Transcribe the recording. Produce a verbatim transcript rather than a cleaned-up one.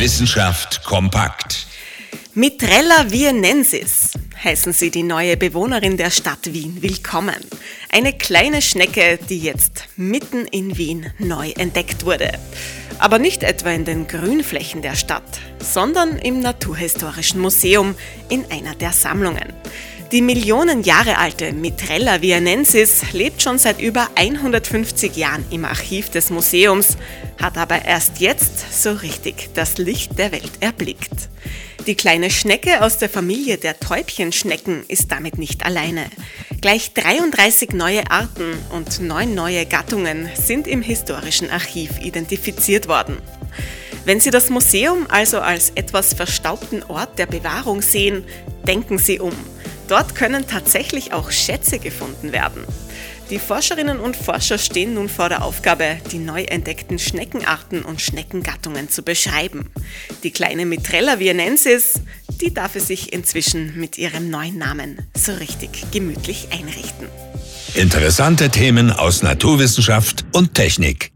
Wissenschaft kompakt. Mitrella vienensis heißen sie die neue Bewohnerin der Stadt Wien willkommen. Eine kleine Schnecke, die jetzt mitten in Wien neu entdeckt wurde. Aber nicht etwa in den Grünflächen der Stadt, sondern im Naturhistorischen Museum in einer der Sammlungen. Die Millionen Jahre alte Mitrella vienensis lebt schon seit über hundertfünfzig Jahren im Archiv des Museums, hat aber erst jetzt so richtig das Licht der Welt erblickt. Die kleine Schnecke aus der Familie der Täubchenschnecken ist damit nicht alleine. Gleich dreiunddreißig neue Arten und neun neue Gattungen sind im Historischen Archiv identifiziert worden. Wenn Sie das Museum also als etwas verstaubten Ort der Bewahrung sehen, denken Sie um. Dort können tatsächlich auch Schätze gefunden werden. Die Forscherinnen und Forscher stehen nun vor der Aufgabe, die neu entdeckten Schneckenarten und Schneckengattungen zu beschreiben. Die kleine Mitrella vienensis, die darf es sich inzwischen mit ihrem neuen Namen so richtig gemütlich einrichten. Interessante Themen aus Naturwissenschaft und Technik.